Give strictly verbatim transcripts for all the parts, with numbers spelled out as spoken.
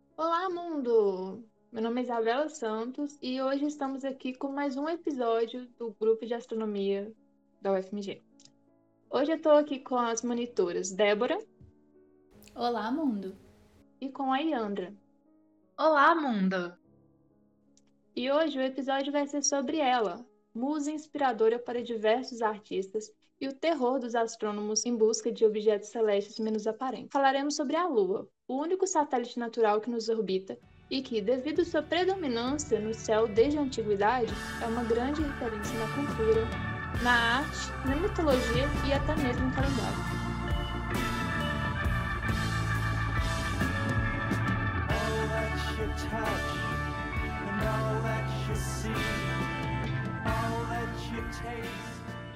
Olá, mundo! Meu nome é Isabela Santos e hoje estamos aqui com mais um episódio do grupo de astronomia da U F M G. Hoje eu estou aqui com as monitoras Débora Olá, mundo! e com a Yandra. Olá, mundo! E hoje o episódio vai ser sobre ela, musa inspiradora para diversos artistas e o terror dos astrônomos em busca de objetos celestes menos aparentes. Falaremos sobre a Lua, o único satélite natural que nos orbita e que, devido à sua predominância no céu desde a antiguidade, é uma grande referência na cultura, na arte, na mitologia e até mesmo no calendário. All that you touch and all that you see, all that you taste.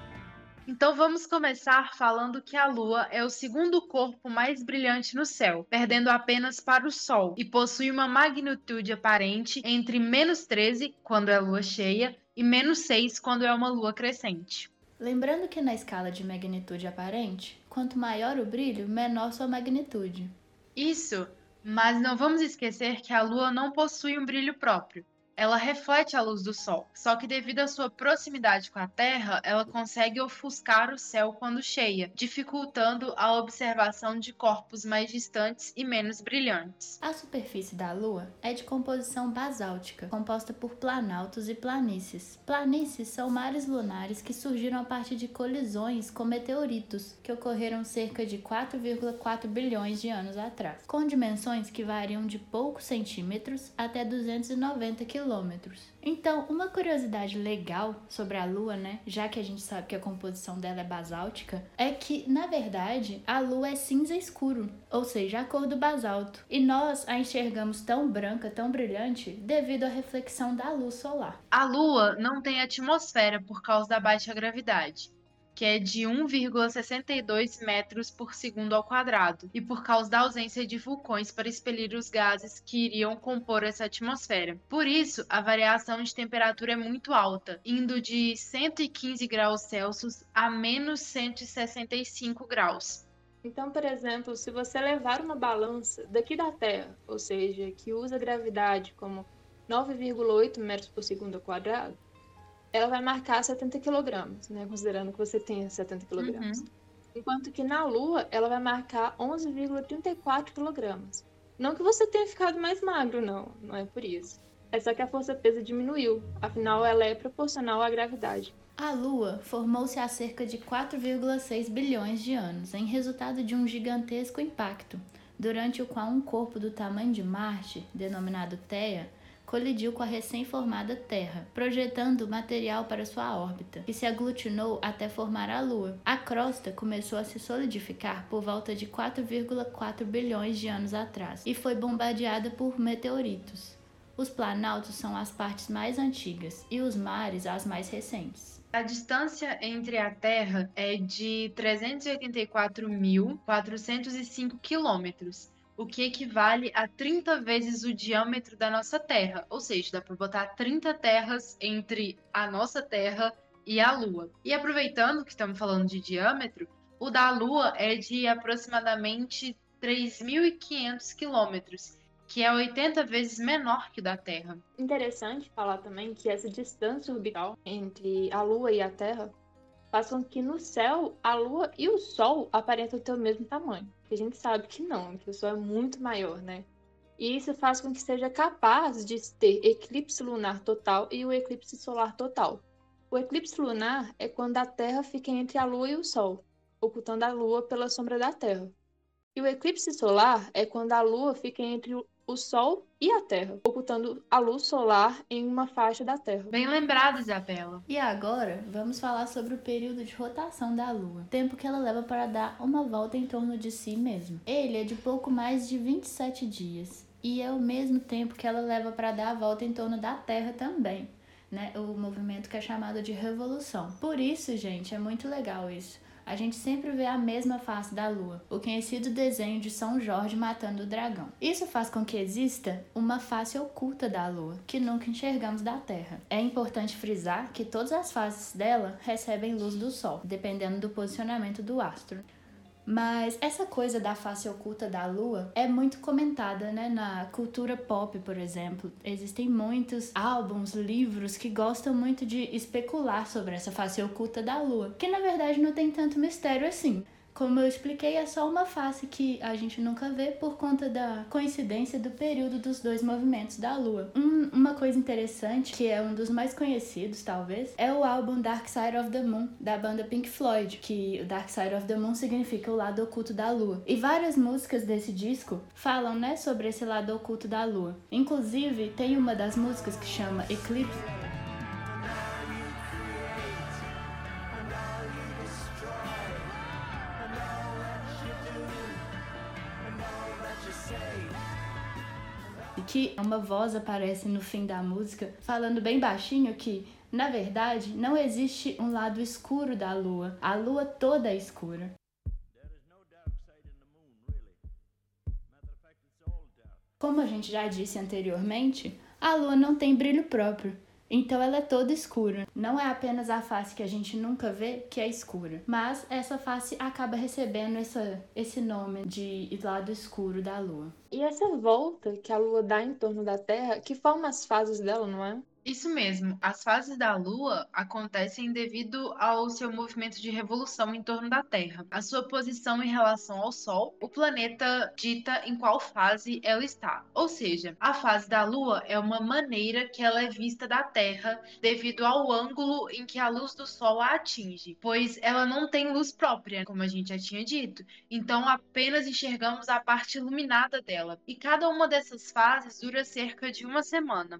Então vamos começar falando que a Lua é o segundo corpo mais brilhante no céu, perdendo apenas para o Sol, e possui uma magnitude aparente entre menos treze, quando é lua cheia, e menos seis, quando é uma lua crescente. Lembrando que na escala de magnitude aparente, quanto maior o brilho, menor sua magnitude. Isso, mas não vamos esquecer que a Lua não possui um brilho próprio. Ela reflete a luz do Sol, só que devido à sua proximidade com a Terra, ela consegue ofuscar o céu quando cheia, dificultando a observação de corpos mais distantes e menos brilhantes. A superfície da Lua é de composição basáltica, composta por planaltos e planícies. Planícies são mares lunares que surgiram a partir de colisões com meteoritos, que ocorreram cerca de quatro vírgula quatro bilhões de anos atrás, com dimensões que variam de poucos centímetros até duzentos e noventa quilômetros. Então, uma curiosidade legal sobre a Lua, né, já que a gente sabe que a composição dela é basáltica, é que, na verdade, a Lua é cinza escuro, ou seja, a cor do basalto. E nós a enxergamos tão branca, tão brilhante, devido à reflexão da luz solar. A Lua não tem atmosfera por causa da baixa gravidade, que é de um vírgula sessenta e dois metros por segundo ao quadrado, e por causa da ausência de vulcões para expelir os gases que iriam compor essa atmosfera. Por isso, a variação de temperatura é muito alta, indo de cento e quinze graus Celsius a menos cento e sessenta e cinco graus. Então, por exemplo, se você levar uma balança daqui da Terra, ou seja, que usa gravidade como nove vírgula oito metros por segundo ao quadrado, ela vai marcar setenta quilogramas, né? Considerando que você tenha setenta quilogramas. Uhum. Enquanto que na Lua, ela vai marcar onze vírgula trinta e quatro quilogramas. Não que você tenha ficado mais magro, não. Não é por isso. É só que a força-peso diminuiu. Afinal, ela é proporcional à gravidade. A Lua formou-se há cerca de quatro vírgula seis bilhões de anos, em resultado de um gigantesco impacto, durante o qual um corpo do tamanho de Marte, denominado Theia, colidiu com a recém-formada Terra, projetando material para sua órbita, que se aglutinou até formar a Lua. A crosta começou a se solidificar por volta de quatro vírgula quatro bilhões de anos atrás e foi bombardeada por meteoritos. Os planaltos são as partes mais antigas e os mares as mais recentes. A distância entre a Terra é de trezentos e oitenta e quatro mil, quatrocentos e cinco quilômetros, o que equivale a trinta vezes o diâmetro da nossa Terra, ou seja, dá para botar trinta terras entre a nossa Terra e a Lua. E aproveitando que estamos falando de diâmetro, o da Lua é de aproximadamente três mil e quinhentos quilômetros, que é oitenta vezes menor que o da Terra. Interessante falar também que essa distância orbital entre a Lua e a Terra faz com que no céu a Lua e o Sol aparentam ter o mesmo tamanho. Que a gente sabe que não, que o Sol é muito maior, né? E isso faz com que seja capaz de ter eclipse lunar total e o eclipse solar total. O eclipse lunar é quando a Terra fica entre a Lua e o Sol, ocultando a Lua pela sombra da Terra. E o eclipse solar é quando a Lua fica entre o Sol e a Terra, ocultando a luz solar em uma faixa da Terra. Bem lembrado, Isabela. E agora, vamos falar sobre o período de rotação da Lua, tempo que ela leva para dar uma volta em torno de si mesma. Ele é de pouco mais de vinte e sete dias, e é o mesmo tempo que ela leva para dar a volta em torno da Terra também, né? O movimento que é chamado de revolução. Por isso, gente, é muito legal isso. A gente sempre vê a mesma face da Lua, o conhecido desenho de São Jorge matando o dragão. Isso faz com que exista uma face oculta da Lua, que nunca enxergamos da Terra. É importante frisar que todas as faces dela recebem luz do Sol, dependendo do posicionamento do astro. Mas essa coisa da face oculta da Lua é muito comentada, né? Na cultura pop, por exemplo. Existem muitos álbuns, livros que gostam muito de especular sobre essa face oculta da Lua, que na verdade não tem tanto mistério assim. Como eu expliquei, é só uma face que a gente nunca vê por conta da coincidência do período dos dois movimentos da Lua. Um, uma coisa interessante, que é um dos mais conhecidos, talvez, é o álbum Dark Side of the Moon, da banda Pink Floyd, que o Dark Side of the Moon significa o lado oculto da Lua. E várias músicas desse disco falam, né, sobre esse lado oculto da Lua. Inclusive, tem uma das músicas que chama Eclipse, que uma voz aparece no fim da música falando bem baixinho que, na verdade, não existe um lado escuro da Lua. A Lua toda é escura. Como a gente já disse anteriormente, a Lua não tem brilho próprio. Então ela é toda escura. Não é apenas a face que a gente nunca vê que é escura, mas essa face acaba recebendo essa, esse nome de lado escuro da Lua. E essa volta que a Lua dá em torno da Terra, que forma as fases dela, não é? Isso mesmo, as fases da Lua acontecem devido ao seu movimento de revolução em torno da Terra. A sua posição em relação ao Sol, o planeta dita em qual fase ela está. Ou seja, a fase da Lua é uma maneira que ela é vista da Terra devido ao ângulo em que a luz do Sol a atinge, pois ela não tem luz própria, como a gente já tinha dito. Então apenas enxergamos a parte iluminada dela. E cada uma dessas fases dura cerca de uma semana.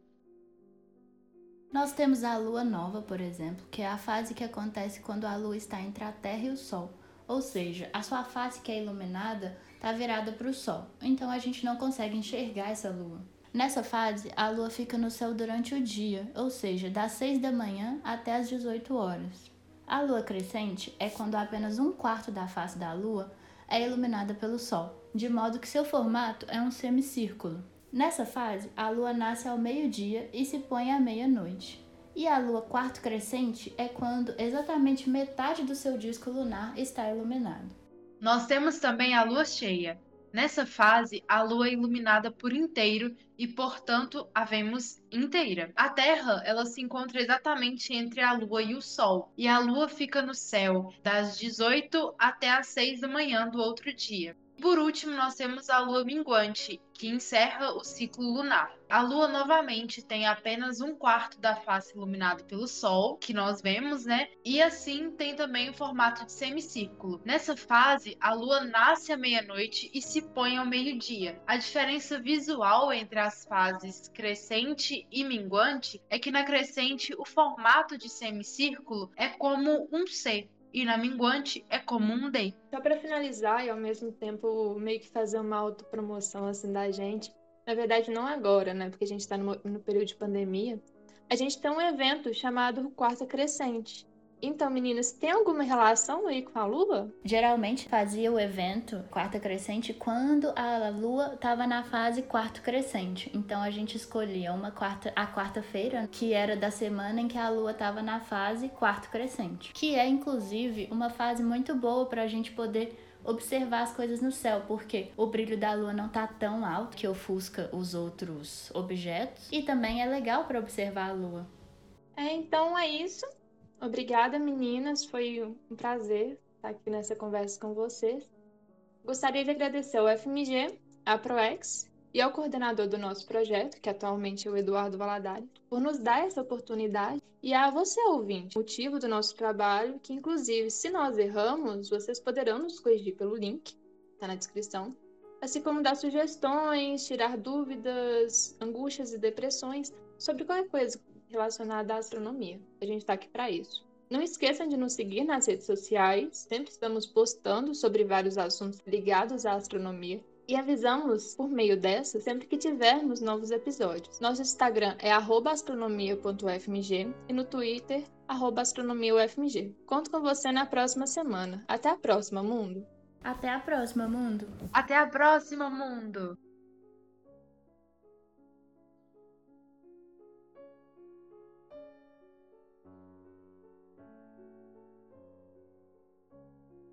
Nós temos a Lua Nova, por exemplo, que é a fase que acontece quando a Lua está entre a Terra e o Sol. Ou seja, a sua face que é iluminada está virada para o Sol, então a gente não consegue enxergar essa Lua. Nessa fase, a Lua fica no céu durante o dia, ou seja, das seis da manhã até as dezoito horas. A Lua crescente é quando apenas um quarto da face da Lua é iluminada pelo Sol, de modo que seu formato é um semicírculo. Nessa fase, a Lua nasce ao meio-dia e se põe à meia-noite. E a Lua quarto crescente é quando exatamente metade do seu disco lunar está iluminado. Nós temos também a Lua cheia. Nessa fase, a Lua é iluminada por inteiro e, portanto, a vemos inteira. A Terra, ela se encontra exatamente entre a Lua e o Sol, e a Lua fica no céu das dezoito até as seis da manhã do outro dia. Por último, nós temos a lua minguante, que encerra o ciclo lunar. A lua novamente tem apenas um quarto da face iluminada pelo sol, que nós vemos, né? E assim tem também o formato de semicírculo. Nessa fase, a lua nasce à meia-noite e se põe ao meio-dia. A diferença visual entre as fases crescente e minguante é que na crescente o formato de semicírculo é como um C. E na minguante é como um D. Só para finalizar e ao mesmo tempo meio que fazer uma autopromoção assim da gente, na verdade não agora, né? Porque a gente está no, no período de pandemia, a gente tem um evento chamado Quarta Crescente. Então, meninas, tem alguma relação aí com a Lua? Geralmente fazia o evento Quarta Crescente quando a Lua estava na fase quarto crescente. Então a gente escolhia uma quarta, a quarta-feira, que era da semana em que a Lua estava na fase quarto crescente. Que é, inclusive, uma fase muito boa para a gente poder observar as coisas no céu, porque o brilho da Lua não tá tão alto que ofusca os outros objetos. E também é legal para observar a Lua. É, então é isso. Obrigada, meninas. Foi um prazer estar aqui nessa conversa com vocês. Gostaria de agradecer ao F M G, à ProEx e ao coordenador do nosso projeto, que atualmente é o Eduardo Valadares, por nos dar essa oportunidade, e a você, ouvinte, motivo do nosso trabalho, que inclusive, se nós erramos, vocês poderão nos corrigir pelo link, está na descrição, assim como dar sugestões, tirar dúvidas, angústias e depressões sobre qualquer coisa relacionada à astronomia. A gente está aqui para isso. Não esqueçam de nos seguir nas redes sociais, sempre estamos postando sobre vários assuntos ligados à astronomia e avisamos por meio dessa sempre que tivermos novos episódios. Nosso Instagram é arroba astronomia ponto u f m g e no Twitter, arroba astronomia u f m g. Conto com você na próxima semana. Até a próxima, mundo! Até a próxima, mundo! Até a próxima, mundo!